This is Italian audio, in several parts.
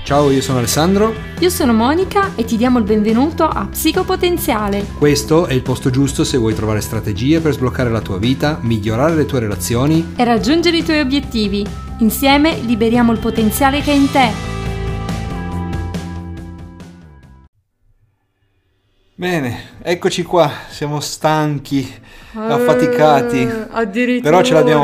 Ciao, io sono Alessandro. Io sono Monica e ti diamo il benvenuto a Psicopotenziale. Questo è il posto giusto se vuoi trovare strategie per sbloccare la tua vita, migliorare le tue relazioni e raggiungere i tuoi obiettivi. Insieme liberiamo il potenziale che è in te. Bene, eccoci qua, siamo stanchi, affaticati, Addirittura. però ce l'abbiamo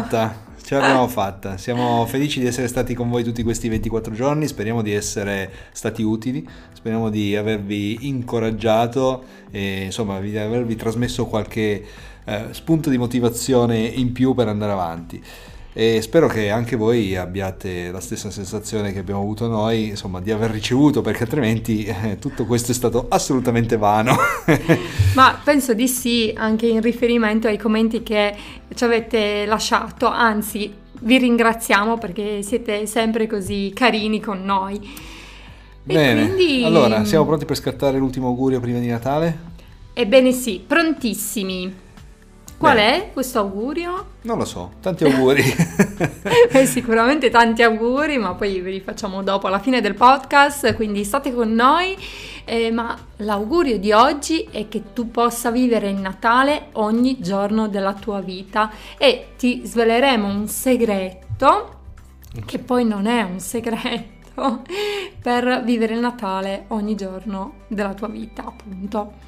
fatta, siamo felici di essere stati con voi tutti questi 24 giorni, speriamo di essere stati utili, speriamo di avervi incoraggiato e insomma di avervi trasmesso qualche spunto di motivazione in più per andare avanti. E spero che anche voi abbiate la stessa sensazione che abbiamo avuto noi, insomma, di aver ricevuto, perché altrimenti tutto questo è stato assolutamente vano. Ma penso di sì, anche in riferimento ai commenti che ci avete lasciato, anzi vi ringraziamo perché siete sempre così carini con noi. Bene, quindi... allora, siamo pronti per scattare l'ultimo augurio prima di Natale? Ebbene sì, prontissimi. Qual è questo augurio? Non lo so, tanti auguri. Sicuramente tanti auguri, ma poi ve li facciamo dopo alla fine del podcast, quindi state con noi. Ma l'augurio di oggi è che tu possa vivere il Natale ogni giorno della tua vita e ti sveleremo un segreto, che poi non è un segreto, per vivere il Natale ogni giorno della tua vita, appunto.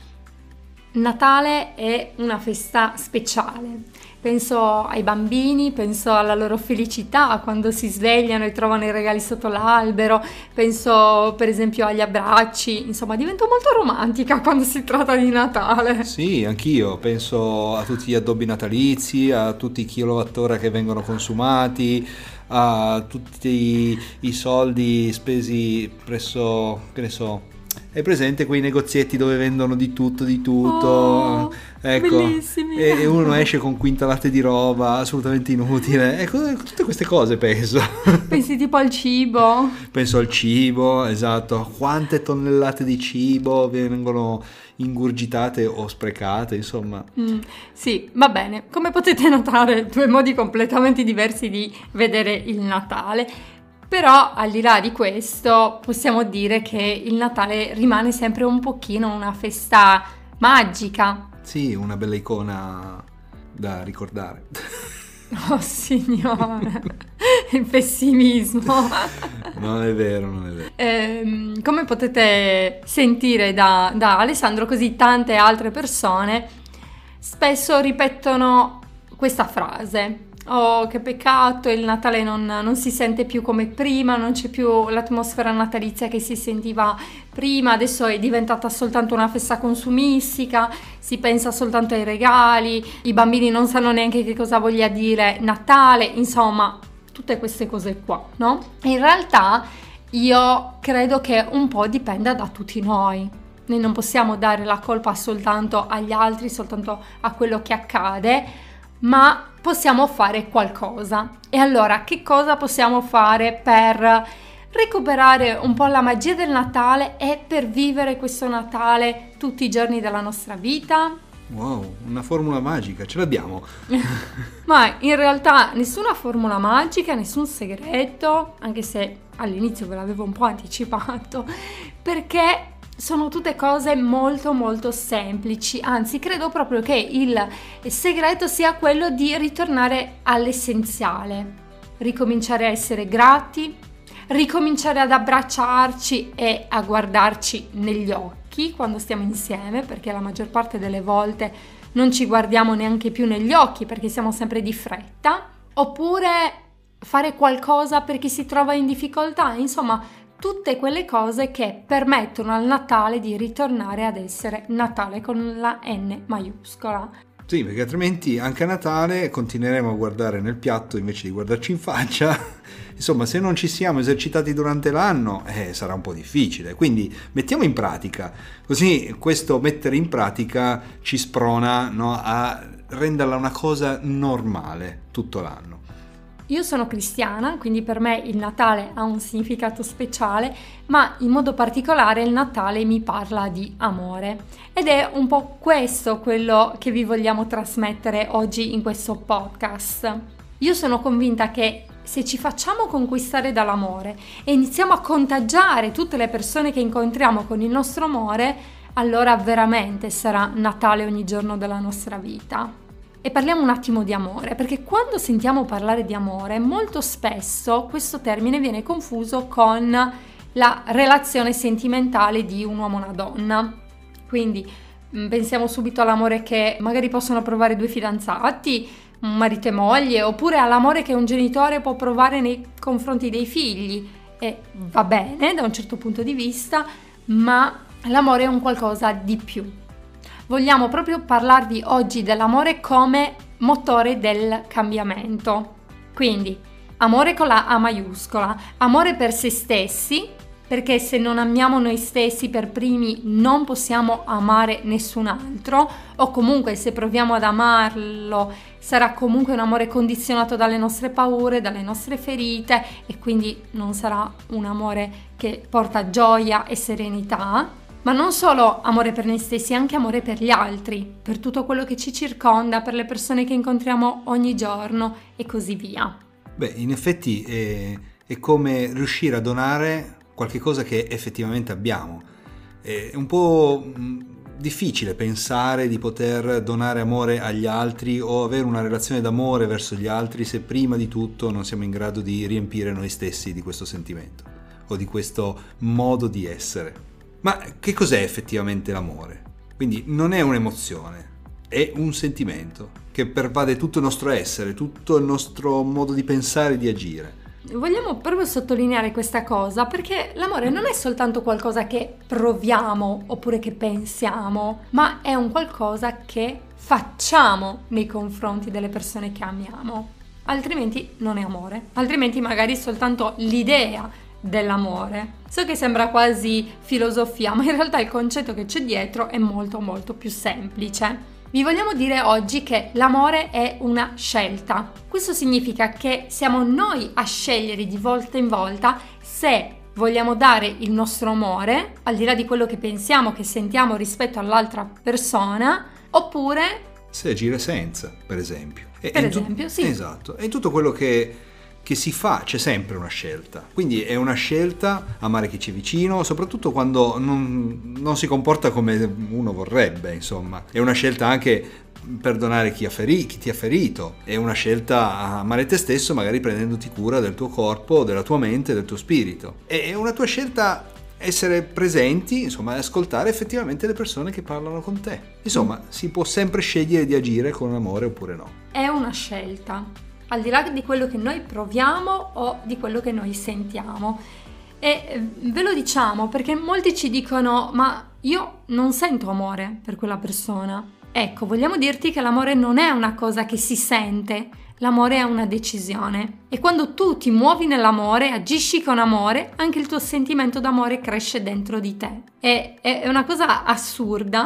Natale è una festa speciale, penso ai bambini, penso alla loro felicità quando si svegliano e trovano i regali sotto l'albero, penso per esempio agli abbracci, insomma divento molto romantica quando si tratta di Natale. Sì, anch'io, penso a tutti gli addobbi natalizi, a tutti i kilowattora che vengono consumati, a tutti i soldi spesi presso, che ne so, hai presente quei negozietti dove vendono di tutto? Oh, ecco, bellissimi. E uno esce con quintalate di roba assolutamente inutile. Ecco, tutte queste cose penso. Pensi tipo al cibo? Penso al cibo, esatto. Quante tonnellate di cibo vengono ingurgitate o sprecate, insomma. Sì, va bene. Come potete notare, due modi completamente diversi di vedere il Natale. Però al di là di questo possiamo dire che il Natale rimane sempre un pochino una festa magica. Sì, una bella icona da ricordare. Oh signore, il pessimismo. Non è vero. Come potete sentire da Alessandro, così tante altre persone spesso ripetono questa frase. Oh, che peccato, il Natale non si sente più come prima, non c'è più l'atmosfera natalizia che si sentiva prima, adesso è diventata soltanto una festa consumistica, si pensa soltanto ai regali, i bambini non sanno neanche che cosa voglia dire Natale, insomma, tutte queste cose qua, no? E in realtà io credo che un po' dipenda da tutti noi. Noi non possiamo dare la colpa soltanto agli altri, soltanto a quello che accade, ma possiamo fare qualcosa. E allora, che cosa possiamo fare per recuperare un po' la magia del Natale e per vivere questo Natale tutti i giorni della nostra vita? Wow, una formula magica, ce l'abbiamo. Ma in realtà nessuna formula magica, nessun segreto, anche se all'inizio ve l'avevo un po' anticipato, perché sono tutte cose molto molto semplici, anzi credo proprio che il segreto sia quello di ritornare all'essenziale, ricominciare a essere grati, ricominciare ad abbracciarci e a guardarci negli occhi quando stiamo insieme, perché la maggior parte delle volte non ci guardiamo neanche più negli occhi perché siamo sempre di fretta, oppure fare qualcosa per chi si trova in difficoltà, insomma tutte quelle cose che permettono al Natale di ritornare ad essere Natale con la N maiuscola. Sì, perché altrimenti anche a Natale continueremo a guardare nel piatto invece di guardarci in faccia. Insomma, se non ci siamo esercitati durante l'anno, sarà un po' difficile. Quindi mettiamo in pratica, così questo mettere in pratica ci sprona, no, a renderla una cosa normale tutto l'anno. Io sono cristiana, quindi per me il Natale ha un significato speciale, ma in modo particolare il Natale mi parla di amore. Ed è un po' questo quello che vi vogliamo trasmettere oggi in questo podcast. Io sono convinta che se ci facciamo conquistare dall'amore e iniziamo a contagiare tutte le persone che incontriamo con il nostro amore, allora veramente sarà Natale ogni giorno della nostra vita. E parliamo un attimo di amore, perché quando sentiamo parlare di amore, molto spesso questo termine viene confuso con la relazione sentimentale di un uomo e una donna. Quindi pensiamo subito all'amore che magari possono provare due fidanzati, un marito e moglie, oppure all'amore che un genitore può provare nei confronti dei figli. E va bene da un certo punto di vista, ma l'amore è un qualcosa di più. Vogliamo proprio parlarvi oggi dell'amore come motore del cambiamento. Quindi, amore con la A maiuscola, amore per se stessi, perché se non amiamo noi stessi per primi non possiamo amare nessun altro, o comunque se proviamo ad amarlo sarà comunque un amore condizionato dalle nostre paure, dalle nostre ferite, e quindi non sarà un amore che porta gioia e serenità. Ma non solo amore per noi stessi, anche amore per gli altri, per tutto quello che ci circonda, per le persone che incontriamo ogni giorno e così via. Beh, in effetti è come riuscire a donare qualche cosa che effettivamente abbiamo. È un po' difficile pensare di poter donare amore agli altri o avere una relazione d'amore verso gli altri se prima di tutto non siamo in grado di riempire noi stessi di questo sentimento o di questo modo di essere. Ma che cos'è effettivamente l'amore? Quindi non è un'emozione, è un sentimento che pervade tutto il nostro essere, tutto il nostro modo di pensare e di agire. Vogliamo proprio sottolineare questa cosa perché l'amore non è soltanto qualcosa che proviamo oppure che pensiamo, ma è un qualcosa che facciamo nei confronti delle persone che amiamo. Altrimenti non è amore, altrimenti magari è soltanto l'idea dell'amore. So che sembra quasi filosofia, ma in realtà il concetto che c'è dietro è molto molto più semplice. Vi vogliamo dire oggi che l'amore è una scelta. Questo significa che siamo noi a scegliere di volta in volta se vogliamo dare il nostro amore, al di là di quello che pensiamo, che sentiamo rispetto all'altra persona, oppure se agire senza, per esempio. Sì. Esatto. E in tutto quello che si fa c'è sempre una scelta, quindi è una scelta amare chi ci è vicino, soprattutto quando non si comporta come uno vorrebbe, insomma. È una scelta anche perdonare chi ti ha ferito, è una scelta amare te stesso, magari prendendoti cura del tuo corpo, della tua mente, del tuo spirito. È una tua scelta essere presenti, insomma, e ascoltare effettivamente le persone che parlano con te. Insomma, si può sempre scegliere di agire con amore oppure no. È una scelta, al di là di quello che noi proviamo o di quello che noi sentiamo. E ve lo diciamo perché molti ci dicono: ma io non sento amore per quella persona. Ecco, vogliamo dirti che l'amore non è una cosa che si sente, l'amore è una decisione. E quando tu ti muovi nell'amore, agisci con amore, anche il tuo sentimento d'amore cresce dentro di te. È una cosa assurda,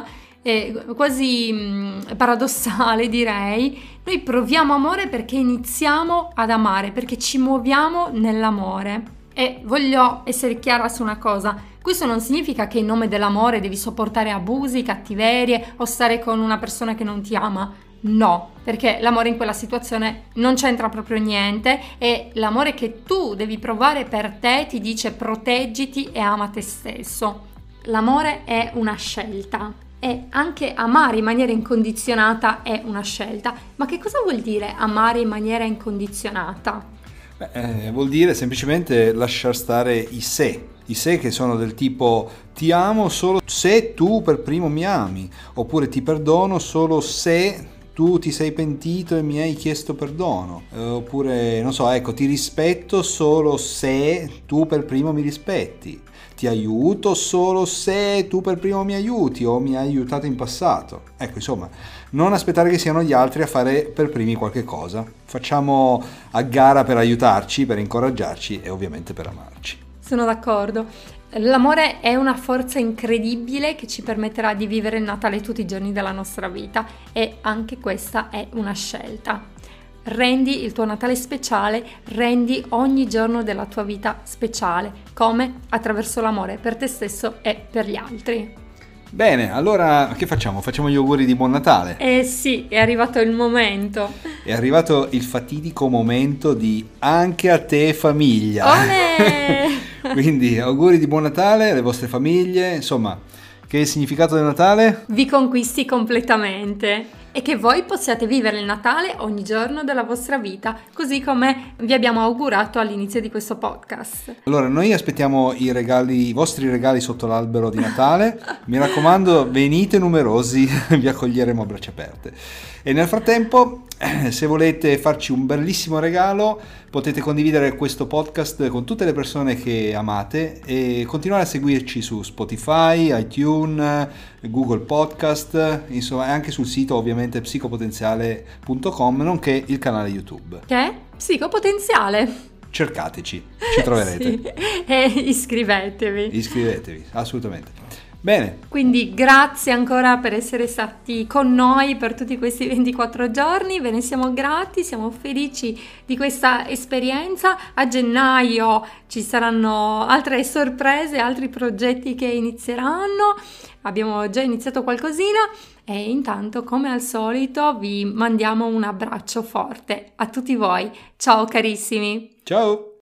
quasi paradossale, direi. Noi proviamo amore perché iniziamo ad amare, perché ci muoviamo nell'amore. E voglio essere chiara su una cosa: questo non significa che in nome dell'amore devi sopportare abusi, cattiverie o stare con una persona che non ti ama. No, perché l'amore in quella situazione non c'entra proprio niente, e l'amore che tu devi provare per te ti dice: proteggiti e ama te stesso. L'amore è una scelta. E anche amare in maniera incondizionata è una scelta. Ma che cosa vuol dire amare in maniera incondizionata? Vuol dire semplicemente lasciar stare i sé che sono del tipo: ti amo solo se tu per primo mi ami, oppure ti perdono solo se tu ti sei pentito e mi hai chiesto perdono, oppure non so, ecco, ti rispetto solo se tu per primo mi rispetti, ti aiuto solo se tu per primo mi aiuti o mi hai aiutato in passato. Ecco, insomma, non aspettare che siano gli altri a fare per primi qualche cosa. Facciamo a gara per aiutarci, per incoraggiarci e ovviamente per amarci. Sono d'accordo. L'amore è una forza incredibile che ci permetterà di vivere il Natale tutti i giorni della nostra vita, e anche questa è una scelta. Rendi il tuo Natale speciale, rendi ogni giorno della tua vita speciale. Come? Attraverso l'amore per te stesso e per gli altri. Bene, allora che facciamo? Facciamo gli auguri di buon Natale. Eh sì, è arrivato il momento. È arrivato il fatidico momento di anche a te famiglia. Olè! Quindi auguri di buon Natale alle vostre famiglie, insomma, che è il significato del Natale? Vi conquisti completamente e che voi possiate vivere il Natale ogni giorno della vostra vita, così come vi abbiamo augurato all'inizio di questo podcast. Allora, noi aspettiamo i vostri regali sotto l'albero di Natale. Mi raccomando, venite numerosi, vi accoglieremo a braccia aperte. E nel frattempo, se volete farci un bellissimo regalo, potete condividere questo podcast con tutte le persone che amate e continuare a seguirci su Spotify, iTunes, Google Podcast, insomma, e anche sul sito ovviamente psicopotenziale.com, nonché il canale YouTube. Che è Psicopotenziale. Cercateci, ci troverete. Sì. E iscrivetevi. Iscrivetevi, assolutamente. Bene. Quindi grazie ancora per essere stati con noi per tutti questi 24 giorni, ve ne siamo grati, siamo felici di questa esperienza. A gennaio ci saranno altre sorprese, altri progetti che inizieranno, abbiamo già iniziato qualcosina e intanto come al solito vi mandiamo un abbraccio forte a tutti voi. Ciao carissimi! Ciao!